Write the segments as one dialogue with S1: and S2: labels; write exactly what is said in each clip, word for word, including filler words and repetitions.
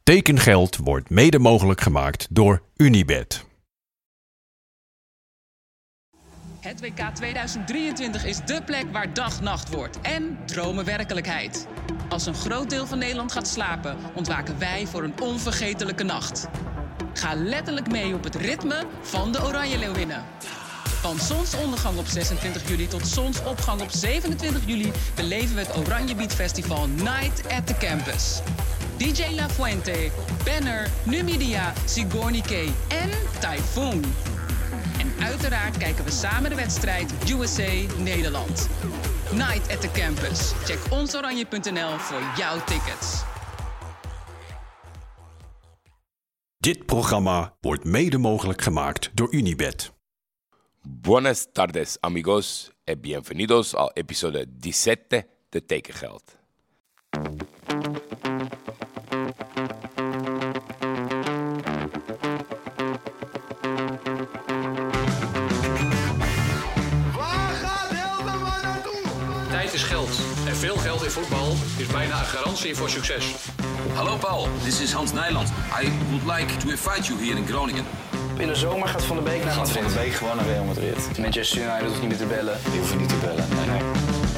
S1: Tekengeld wordt mede mogelijk gemaakt door Unibet.
S2: Het W K tweeduizend drieëntwintig is dé plek waar dag-nacht wordt en dromen werkelijkheid. Als een groot deel van Nederland gaat slapen, ontwaken wij voor een onvergetelijke nacht. Ga letterlijk mee op het ritme van de Oranje Leeuwinnen. Van zonsondergang op zesentwintig juli tot zonsopgang op zevenentwintig juli beleven we het Oranje Beat Festival Night at the Campus. D J La Fuente, Banner, Numidia, Sigourney K en Typhoon. En uiteraard kijken we samen de wedstrijd U S A Nederland. Night at the Campus. Check onsoranje punt n l voor jouw tickets.
S1: Dit programma wordt mede mogelijk gemaakt door Unibet.
S3: Buenas tardes, amigos, en bienvenidos al episode diezeven de Tekengeld.
S4: Tijd is geld. En veel geld in voetbal is bijna een garantie voor succes.
S5: Hallo Paul, this is Hans Nijland. I would like to invite you here in Groningen.
S6: In de zomer gaat Van der Beek naar
S7: Gaat
S6: Madrid.
S7: Van der Beek gewoon naar Real Madrid.
S6: Manchester United hoeft niet meer te bellen.
S7: Die hoeven niet te bellen. Nee, nee.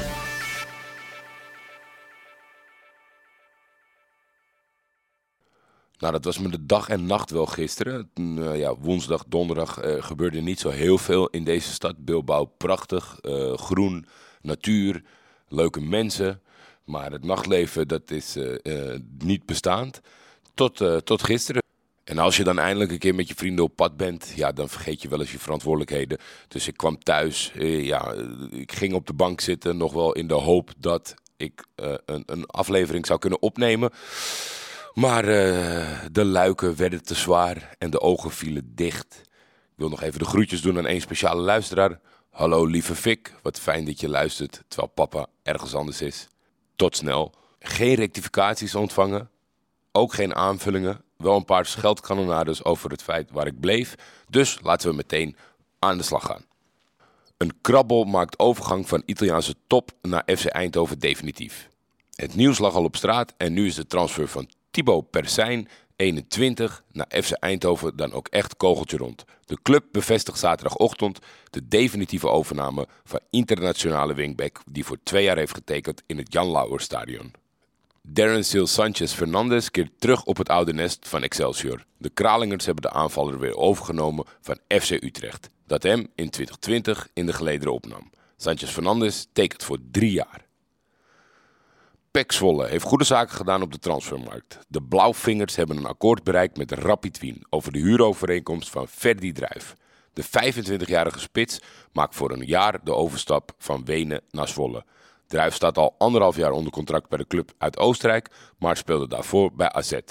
S3: Nou, dat was me de dag en nacht wel gisteren. Uh, ja, woensdag, donderdag uh, gebeurde niet zo heel veel in deze stad. Bilbao, prachtig, uh, groen, natuur, leuke mensen. Maar het nachtleven, dat is uh, uh, niet bestaand. Tot, uh, tot gisteren. En als je dan eindelijk een keer met je vrienden op pad bent, ja, dan vergeet je wel eens je verantwoordelijkheden. Dus ik kwam thuis, uh, ja, ik ging op de bank zitten, nog wel in de hoop dat ik uh, een, een aflevering zou kunnen opnemen. Maar uh, de luiken werden te zwaar en de ogen vielen dicht. Ik wil nog even de groetjes doen aan één speciale luisteraar. Hallo lieve Fik, wat fijn dat je luistert terwijl papa ergens anders is. Tot snel. Geen rectificaties ontvangen, ook geen aanvullingen. Wel een paar scheldkanonades over het feit waar ik bleef. Dus laten we meteen aan de slag gaan. Een krabbel maakt overgang van Italiaanse top naar F C Eindhoven definitief. Het nieuws lag al op straat en nu is de transfer van Thibaut Persijn, eenentwintig, naar F C Eindhoven dan ook echt kogeltje rond. De club bevestigt zaterdagochtend de definitieve overname van internationale wingback die voor twee jaar heeft getekend in het Jan Lauwer Stadion. Darren Sil Sanchez Fernandes keert terug op het oude nest van Excelsior. De Kralingers hebben de aanvaller weer overgenomen van F C Utrecht, dat hem in twintig twintig in de gelederen opnam. Sanchez Fernandes tekent voor drie jaar. P E C Zwolle heeft goede zaken gedaan op de transfermarkt. De Blauwvingers hebben een akkoord bereikt met Rapid Wien over de huurovereenkomst van Ferdi Druijf. De vijfentwintigjarige spits maakt voor een jaar de overstap van Wenen naar Zwolle. Druijf staat al anderhalf jaar onder contract bij de club uit Oostenrijk, maar speelde daarvoor bij A Z.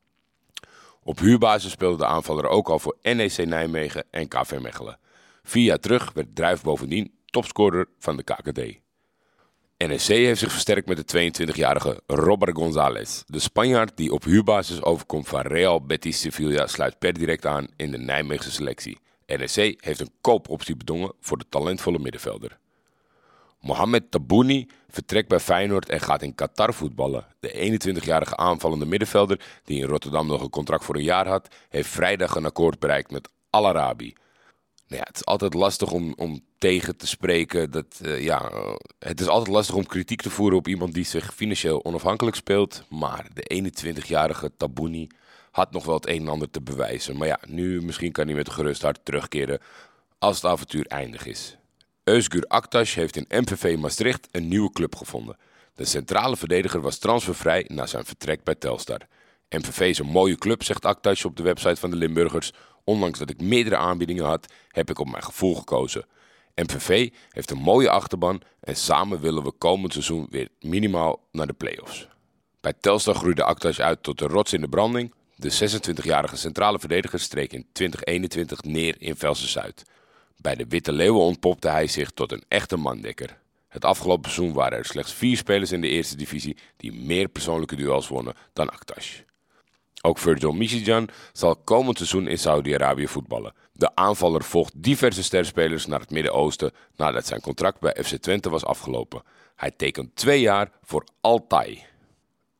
S3: Op huurbasis speelde de aanvaller ook al voor N E C Nijmegen en K V Mechelen. Vier jaar terug werd Druijf bovendien topscorer van de K K D. N E C heeft zich versterkt met de tweeëntwintigjarige Robert González. De Spanjaard die op huurbasis overkomt van Real Betis Sevilla sluit per direct aan in de Nijmeegse selectie. N E C heeft een koopoptie bedongen voor de talentvolle middenvelder. Mohamed Tabouni vertrekt bij Feyenoord en gaat in Qatar voetballen. De eenentwintigjarige aanvallende middenvelder, die in Rotterdam nog een contract voor een jaar had, heeft vrijdag een akkoord bereikt met Al Arabi. Nou ja, het is altijd lastig om, om tegen te spreken. Dat, uh, ja, uh, het is altijd lastig om kritiek te voeren op iemand die zich financieel onafhankelijk speelt. Maar de eenentwintigjarige Tabouni had nog wel het een en ander te bewijzen. Maar ja, nu misschien kan hij met een gerust hart terugkeren als het avontuur eindig is. Özgür Aktaş heeft in M V V Maastricht een nieuwe club gevonden. De centrale verdediger was transfervrij na zijn vertrek bij Telstar. M V V is een mooie club, zegt Aktaş op de website van de Limburgers. Ondanks dat ik meerdere aanbiedingen had, heb ik op mijn gevoel gekozen. M V V heeft een mooie achterban en samen willen we komend seizoen weer minimaal naar de play-offs. Bij Telstar groeide Aktaş uit tot de rots in de branding. De zesentwintigjarige centrale verdediger streek in twintig eenentwintig neer in Velsen-Zuid. Bij de Witte Leeuwen ontpopte hij zich tot een echte mandekker. Het afgelopen seizoen waren er slechts vier spelers in de eerste divisie die meer persoonlijke duels wonnen dan Aktaş. Ook Virgil Micijan zal komend seizoen in Saudi-Arabië voetballen. De aanvaller volgt diverse sterspelers naar het Midden-Oosten nadat zijn contract bij F C Twente was afgelopen. Hij tekent twee jaar voor Altay.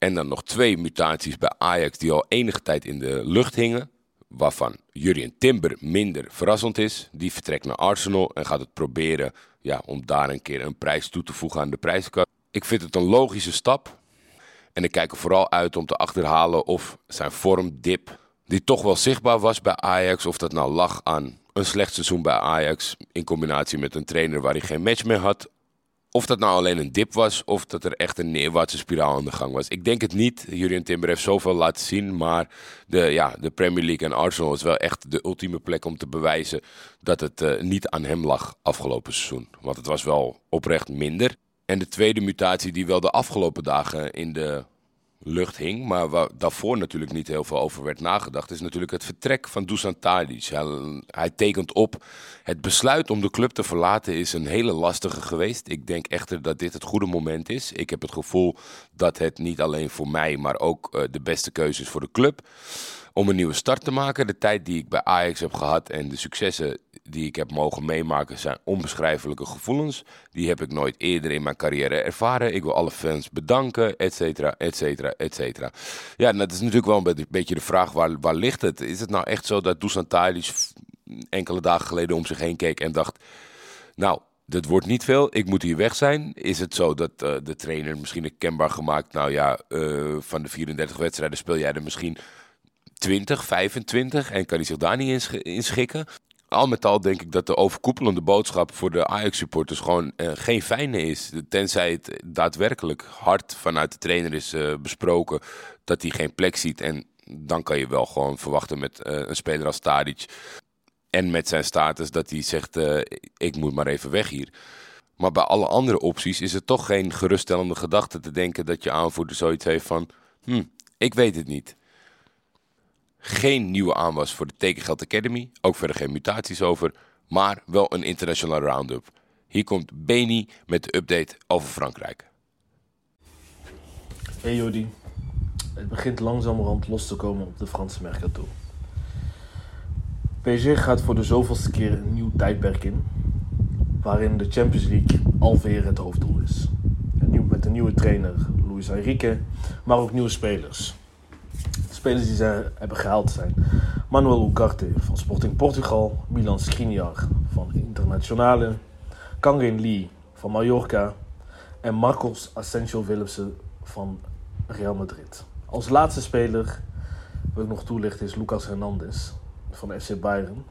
S3: En dan nog twee mutaties bij Ajax die al enige tijd in de lucht hingen. Waarvan Jurrien Timber minder verrassend is. Die vertrekt naar Arsenal en gaat het proberen ja, om daar een keer een prijs toe te voegen aan de prijzenkast. Ik vind het een logische stap. En ik kijk er vooral uit om te achterhalen of zijn vormdip, die toch wel zichtbaar was bij Ajax, of dat nou lag aan een slecht seizoen bij Ajax in combinatie met een trainer waar hij geen match meer had. Of dat nou alleen een dip was, of dat er echt een neerwaartse spiraal aan de gang was. Ik denk het niet. Jurrien Timber heeft zoveel laten zien. Maar de, ja, de Premier League en Arsenal is wel echt de ultieme plek om te bewijzen dat het uh, niet aan hem lag afgelopen seizoen. Want het was wel oprecht minder. En de tweede mutatie die wel de afgelopen dagen in de lucht hing, maar waar daarvoor natuurlijk niet heel veel over werd nagedacht, is natuurlijk het vertrek van Dusan Tadic. Hij, hij tekent op. Het besluit om de club te verlaten is een hele lastige geweest. Ik denk echter dat dit het goede moment is. Ik heb het gevoel dat het niet alleen voor mij, maar ook uh, de beste keuze is voor de club om een nieuwe start te maken. De tijd die ik bij Ajax heb gehad en de successen die ik heb mogen meemaken zijn onbeschrijfelijke gevoelens. Die heb ik nooit eerder in mijn carrière ervaren. Ik wil alle fans bedanken, et cetera, et cetera, et cetera. Ja, dat is natuurlijk wel een beetje de vraag, waar, waar ligt het? Is het nou echt zo dat Dusan Tadic enkele dagen geleden om zich heen keek en dacht, nou, dit wordt niet veel, ik moet hier weg zijn? Is het zo dat uh, de trainer misschien heeft kenbaar gemaakt, nou ja, uh, van de vierendertig wedstrijden speel jij er misschien twintig, vijfentwintig en kan hij zich daar niet in schikken? Al met al denk ik dat de overkoepelende boodschap voor de Ajax-supporters gewoon uh, geen fijne is. Tenzij het daadwerkelijk hard vanuit de trainer is uh, besproken dat hij geen plek ziet. En dan kan je wel gewoon verwachten met uh, een speler als Tadic en met zijn status dat hij zegt, uh, ik moet maar even weg hier. Maar bij alle andere opties is het toch geen geruststellende gedachte te denken dat je aanvoerder zoiets heeft van, hm, ik weet het niet. Geen nieuwe aanwas voor de Tekengeld Academy, ook verder geen mutaties over, maar wel een internationale round-up. Hier komt Beni met de update over Frankrijk.
S8: Hey Jordi, het begint langzamerhand los te komen op de Franse mercato. P S G gaat voor de zoveelste keer een nieuw tijdperk in, waarin de Champions League alweer het hoofddoel is. En nieuw, met een nieuwe trainer, Luis Enrique, maar ook nieuwe spelers. De spelers die ze hebben gehaald zijn Manuel Ugarte van Sporting Portugal, Milan Skriniar van Internazionale, Kangin Lee van Mallorca en Marcos Asensio Willemsen van Real Madrid. Als laatste speler wil ik nog toelichten is Lucas Hernandez van F C Bayern.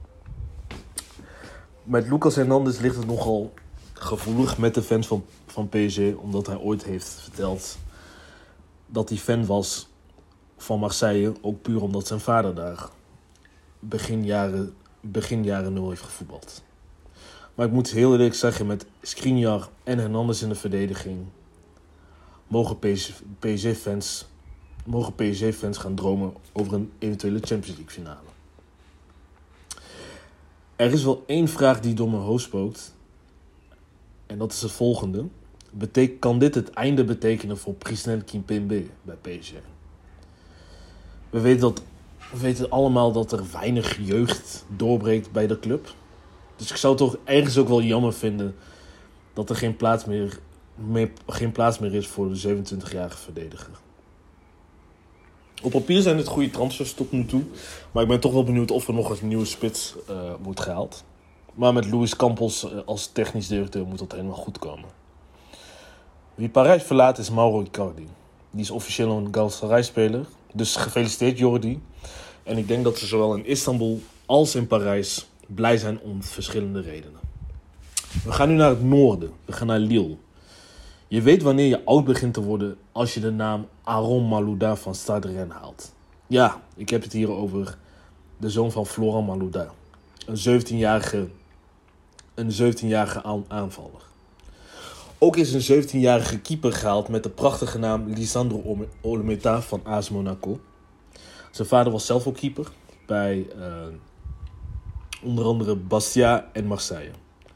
S8: Met Lucas Hernandez ligt het nogal gevoelig met de fans van, van P S G, omdat hij ooit heeft verteld dat hij fan was van Marseille, ook puur omdat zijn vader daar begin jaren, begin jaren nul heeft gevoetbald. Maar ik moet heel eerlijk zeggen, met Skriniar en Hernandez in de verdediging mogen P S G-fans mogen P S G-fans gaan dromen over een eventuele Champions League finale. Er is wel één vraag die door mijn hoofd spookt. En dat is het volgende. Betek- kan dit het einde betekenen voor Presnel Kimpembe bij P S G? We weten, dat, we weten allemaal dat er weinig jeugd doorbreekt bij de club. Dus ik zou het toch ergens ook wel jammer vinden dat er geen plaats meer, meer, geen plaats meer is voor de zevenentwintigjarige verdediger. Op papier zijn het goede transfers tot nu toe. Maar ik ben toch wel benieuwd of er nog een nieuwe spits uh, wordt gehaald. Maar met Luis Campos uh, als technisch directeur moet dat helemaal goed komen. Wie Parijs verlaat is Mauro Icardi. Die is officieel een Galatasaray-speler. Dus gefeliciteerd Jordi. En ik denk dat ze zowel in Istanbul als in Parijs blij zijn om verschillende redenen. We gaan nu naar het noorden. We gaan naar Lille. Je weet wanneer je oud begint te worden als je de naam Aaron Malouda van Stade Rennes haalt. Ja, ik heb het hier over de zoon van Florent Malouda. Een zeventienjarige, een zeventienjarige aan- aanvaller. Ook is een zeventienjarige keeper gehaald met de prachtige naam Lisandro Olmeta van A S Monaco. Zijn vader was zelf ook keeper bij uh, onder andere Bastia en Marseille.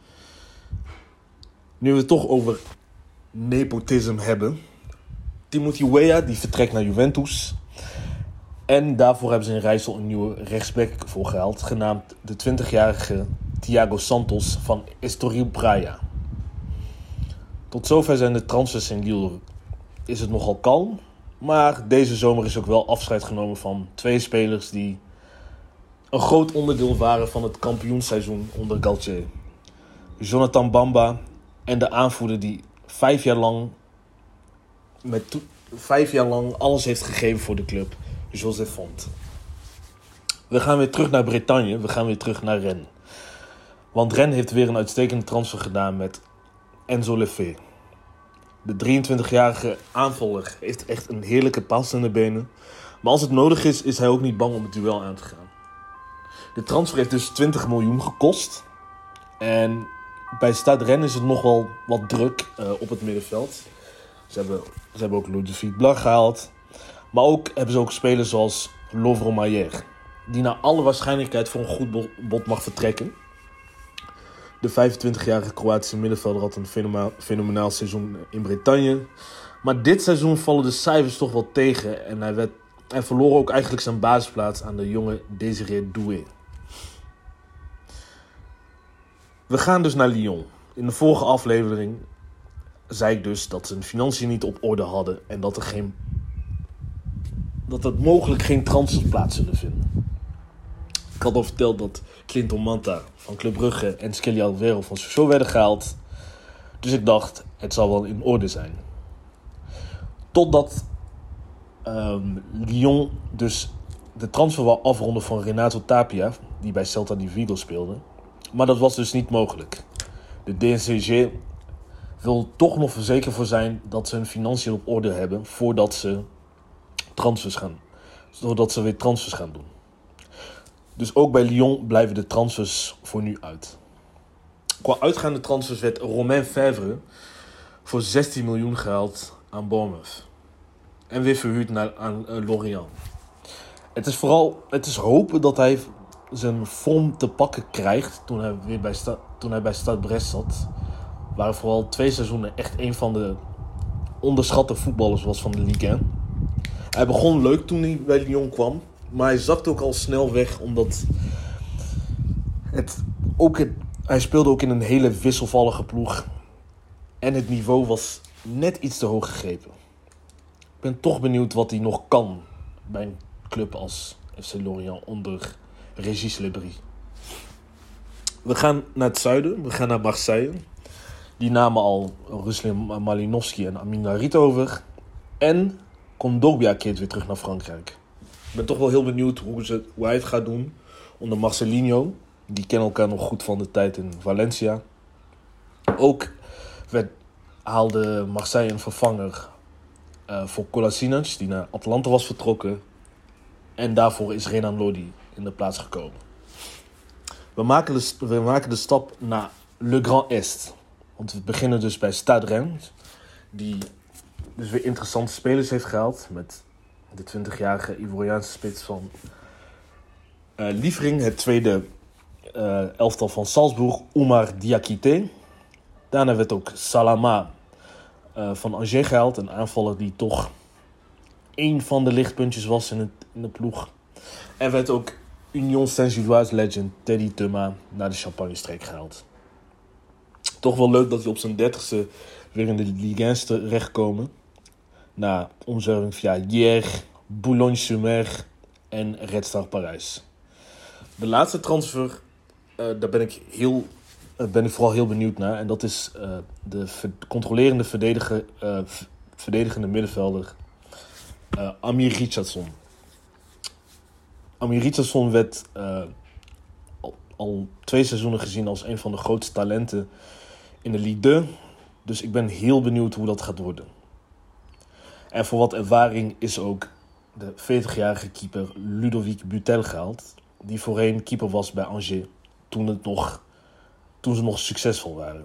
S8: Nu we het toch over nepotisme hebben. Timothy Weah die vertrekt naar Juventus. En daarvoor hebben ze in Rijssel een nieuwe rechtsback voor gehaald, genaamd de twintigjarige Thiago Santos van Estoril Praia. Tot zover zijn de transfers in Lille. Is het nogal kalm, Maar deze zomer is ook wel afscheid genomen van twee spelers die een groot onderdeel waren van het kampioensseizoen onder Galtier. Jonathan Bamba en de aanvoerder die vijf jaar lang, met to- vijf jaar lang alles heeft gegeven voor de club, José Font. We gaan weer terug naar Bretagne, we gaan weer terug naar Rennes. Want Rennes heeft weer een uitstekende transfer gedaan met Enzo Lefebvre. De drieëntwintigjarige aanvaller heeft echt een heerlijke pas in de benen. Maar als het nodig is, is hij ook niet bang om het duel aan te gaan. De transfer heeft dus twintig miljoen gekost. En bij Stade Rennes is het nog wel wat druk uh, op het middenveld. Ze hebben, ze hebben ook Ludovic Blanc gehaald. Maar ook hebben ze ook spelers zoals Lovro Mayer, die naar alle waarschijnlijkheid voor een goed bod mag vertrekken. De vijfentwintigjarige Kroatische middenvelder had een fenomenaal, fenomenaal seizoen in Bretagne. Maar dit seizoen vallen de cijfers toch wel tegen. En hij, werd, hij verloor ook eigenlijk zijn basisplaats aan de jonge Désiré Doué. We gaan dus naar Lyon. In de vorige aflevering zei ik dus dat ze hun financiën niet op orde hadden. En dat er, geen, dat er mogelijk geen transfers plaats zullen vinden. Ik had al verteld dat Clinton Manta van Club Brugge en Skelly Alvaro van Sochaux werden gehaald. Dus ik dacht, het zal wel in orde zijn. Totdat um, Lyon dus de transfer wou afronden van Renato Tapia, die bij Celta de Vigo speelde. Maar dat was dus niet mogelijk. De D N C G wil toch nog verzekerd voor zijn dat ze hun financiën op orde hebben voordat ze transfers gaan, zodat ze weer transfers gaan doen. Dus ook bij Lyon blijven de transfers voor nu uit. Qua uitgaande transfers werd Romain Fèvre voor zestien miljoen gehaald aan Bournemouth. En weer verhuurd naar, aan uh, Lorient. Het is vooral het is hopen dat hij zijn vorm te pakken krijgt toen hij, weer bij, sta, toen hij bij Stade Brest zat. Waar vooral twee seizoenen echt een van de onderschatte voetballers was van de Ligue één. Hij begon leuk toen hij bij Lyon kwam. Maar hij zakte ook al snel weg, omdat het ook het, hij speelde ook in een hele wisselvallige ploeg. En het niveau was net iets te hoog gegrepen. Ik ben toch benieuwd wat hij nog kan bij een club als F C Lorient onder Régis Lebris. We gaan naar het zuiden, we gaan naar Marseille. Die namen al Ruslan Malinovski en Amin Harit over. En Kondogbia keert weer terug naar Frankrijk. Ik ben toch wel heel benieuwd hoe, ze, hoe hij het gaat doen onder Marcelinho. Die kennen elkaar nog goed van de tijd in Valencia. Ook werd, haalde Marseille een vervanger uh, voor Kolasinac, die naar Atlanta was vertrokken. En daarvoor is Renan Lodi in de plaats gekomen. We maken de, we maken de stap naar Le Grand Est. Want we beginnen dus bij Stade Rennes, die dus weer interessante spelers heeft gehaald met de twintigjarige Ivoriaanse spits van uh, Liefering, het tweede uh, elftal van Salzburg, Oumar Diakité. Daarna werd ook Salama uh, van Angers gehaald, een aanvaller die toch één van de lichtpuntjes was in, het, in de ploeg. En werd ook Union Saint-Gilloise legend Teddy Thuma naar de Champagne-streek gehaald. Toch wel leuk dat hij op zijn dertigste weer in de Ligue één terechtkomen. Na omzwerving via Hyères, Boulogne-sur-Mer en Red Star Parijs. De laatste transfer, uh, daar ben ik, heel, uh, ben ik vooral heel benieuwd naar. En dat is uh, de ver- controlerende verdediger, uh, v- verdedigende middenvelder uh, Amir Richardson. Amir Richardson werd uh, al, al twee seizoenen gezien als een van de grootste talenten in de Ligue twee. Dus ik ben heel benieuwd hoe dat gaat worden. En voor wat ervaring is ook de veertigjarige keeper Ludovic Butel gehaald, die voorheen keeper was bij Angers toen, het nog, toen ze nog succesvol waren.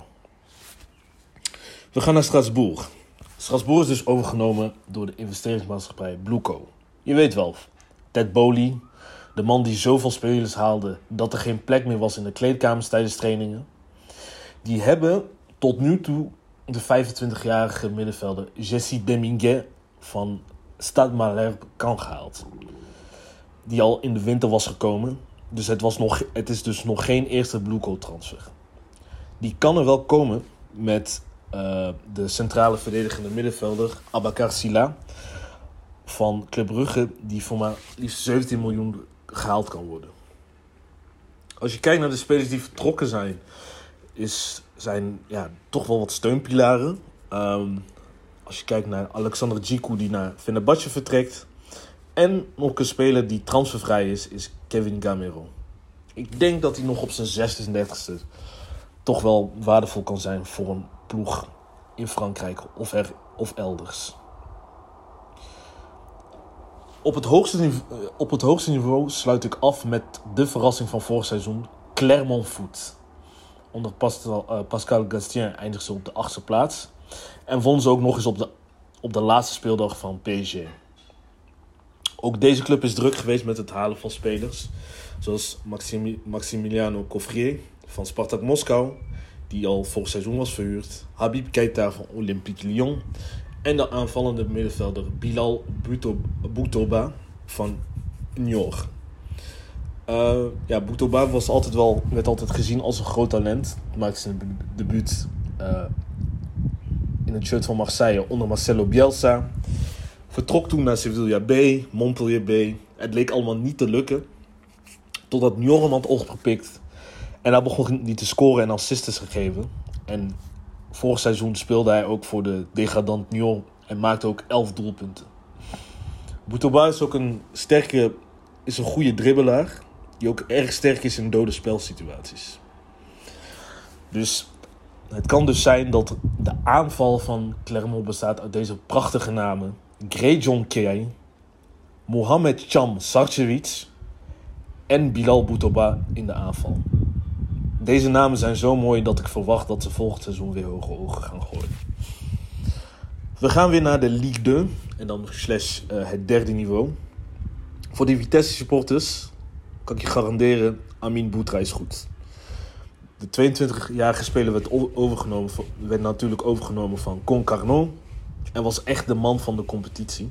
S8: We gaan naar Strasbourg. Strasbourg is dus overgenomen door de investeringsmaatschappij Blueco. Je weet wel, Ted Boehly, de man die zoveel spelers haalde dat er geen plek meer was in de kleedkamers tijdens trainingen. Die hebben tot nu toe de vijfentwintigjarige middenvelder Jesse Deminguet van Stade Malherbe kan gehaald. Die al in de winter was gekomen. Dus het, was nog, het is dus nog geen eerste Blueco transfer. Die kan er wel komen met uh, de centrale verdedigende middenvelder Abakar Silla. van Club Brugge die voor maar liefst zeventien miljoen gehaald kan worden. Als je kijkt naar de spelers die vertrokken zijn, is, zijn ja, toch wel wat steunpilaren. Um, als je kijkt naar Alexander Djiku die naar Fenerbahce vertrekt. En nog een speler die transfervrij is, is Kevin Gamero. Ik denk dat hij nog op zijn zesendertigste toch wel waardevol kan zijn voor een ploeg in Frankrijk of, er, of elders. Op het, hoogste niveau, op het hoogste niveau sluit ik af met de verrassing van vorig seizoen, Clermont Foot. Onder Pascal, uh, Pascal Gastien eindigde ze op de achtste plaats. En won ze ook nog eens op de, op de laatste speeldag van P S G. Ook deze club is druk geweest met het halen van spelers. Zoals Maximi, Maximiliano Coffrier van Spartak Moskou, die al vorig seizoen was verhuurd. Habib Keita van Olympique Lyon. En de aanvallende middenvelder Bilal Boutoba van Niort. Uh, ja, Boutoba was altijd wel, werd altijd gezien als een groot talent. Maakte zijn debuut uh, in het shirt van Marseille onder Marcelo Bielsa. Vertrok toen naar Sevilla B, Montpellier B. Het leek allemaal niet te lukken. Totdat Niort hem had opgepikt. En hij begon niet te scoren en assists gegeven. En vorig seizoen speelde hij ook voor de degradant Niort. En maakte ook elf doelpunten. Boutoba is ook een sterke, is een goede dribbelaar. Die ook erg sterk is in dode spelsituaties. Dus het kan dus zijn dat de aanval van Clermont bestaat uit deze prachtige namen. Grejon Kei, Mohamed Cham Sarcevic en Bilal Boutoba in de aanval. Deze namen zijn zo mooi dat ik verwacht dat ze volgend seizoen weer hoge ogen gaan gooien. We gaan weer naar de Ligue twee en dan slash uh, het derde niveau. Voor de Vitesse supporters kan ik je garanderen, Amin Boutra is goed. De tweeëntwintigjarige speler werd, overgenomen, werd natuurlijk overgenomen van Concarneau en was echt de man van de competitie.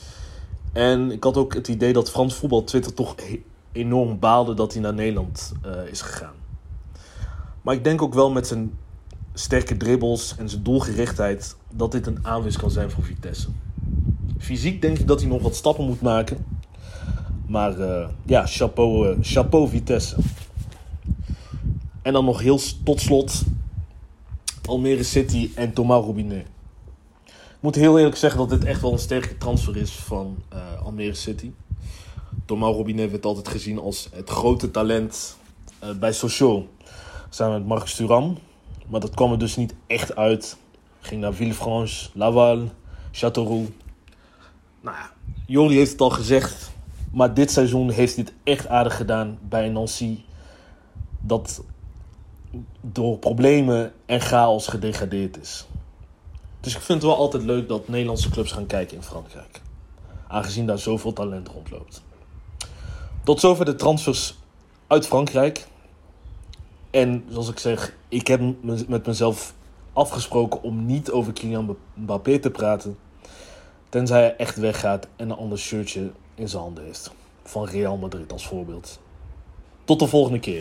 S8: En ik had ook het idee dat Frans voetbal Twitter toch enorm baalde dat hij naar Nederland uh, is gegaan. Maar ik denk ook wel met zijn sterke dribbles en zijn doelgerichtheid dat dit een aanwinst kan zijn voor Vitesse. Fysiek denk ik dat hij nog wat stappen moet maken. Maar uh, ja, chapeau, uh, chapeau Vitesse. En dan nog heel tot slot Almere City en Thomas Robinet. Ik moet heel eerlijk zeggen dat dit echt wel een sterke transfer is van uh, Almere City. Thomas Robinet werd altijd gezien als het grote talent uh, bij Sochaux. Samen met Marcus Thuram. Maar dat kwam er dus niet echt uit. Ging naar Villefranche, Laval, Châteauroux. Nou ja, Jori heeft het al gezegd. Maar dit seizoen heeft dit echt aardig gedaan bij Nancy. Dat door problemen en chaos gedegradeerd is. Dus ik vind het wel altijd leuk dat Nederlandse clubs gaan kijken in Frankrijk. Aangezien daar zoveel talent rondloopt. Tot zover de transfers uit Frankrijk. En zoals ik zeg, ik heb met mezelf afgesproken om niet over Kylian Mbappé te praten. Tenzij hij echt weggaat en een ander shirtje in zijn handen heeft. Van Real Madrid als voorbeeld. Tot de volgende keer.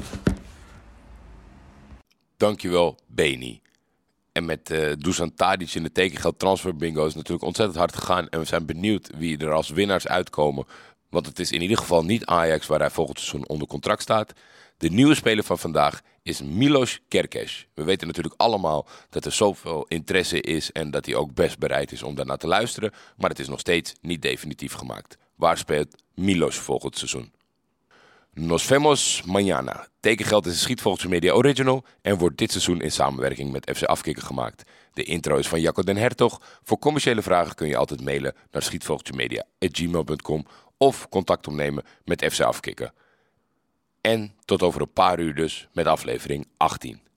S3: Dankjewel, Beni. En met uh, Dusan Tadic in de tekengeld transfer bingo is natuurlijk ontzettend hard gegaan. En we zijn benieuwd wie er als winnaars uitkomen. Want het is in ieder geval niet Ajax waar hij volgend seizoen onder contract staat. De nieuwe speler van vandaag is Milos Kerkez. We weten natuurlijk allemaal dat er zoveel interesse is en dat hij ook best bereid is om daarnaar te luisteren. Maar het is nog steeds niet definitief gemaakt. Waar speelt Milos volgend seizoen? Nos vemos mañana. Tekengeld is een Schietvogeltje Media Original en wordt dit seizoen in samenwerking met F C Afkikken gemaakt. De intro is van Jacco den Hertog. Voor commerciële vragen kun je altijd mailen naar schietvogeltjemedia at gmail dot com of contact opnemen met F C Afkikken. En tot over een paar uur dus met aflevering achttien.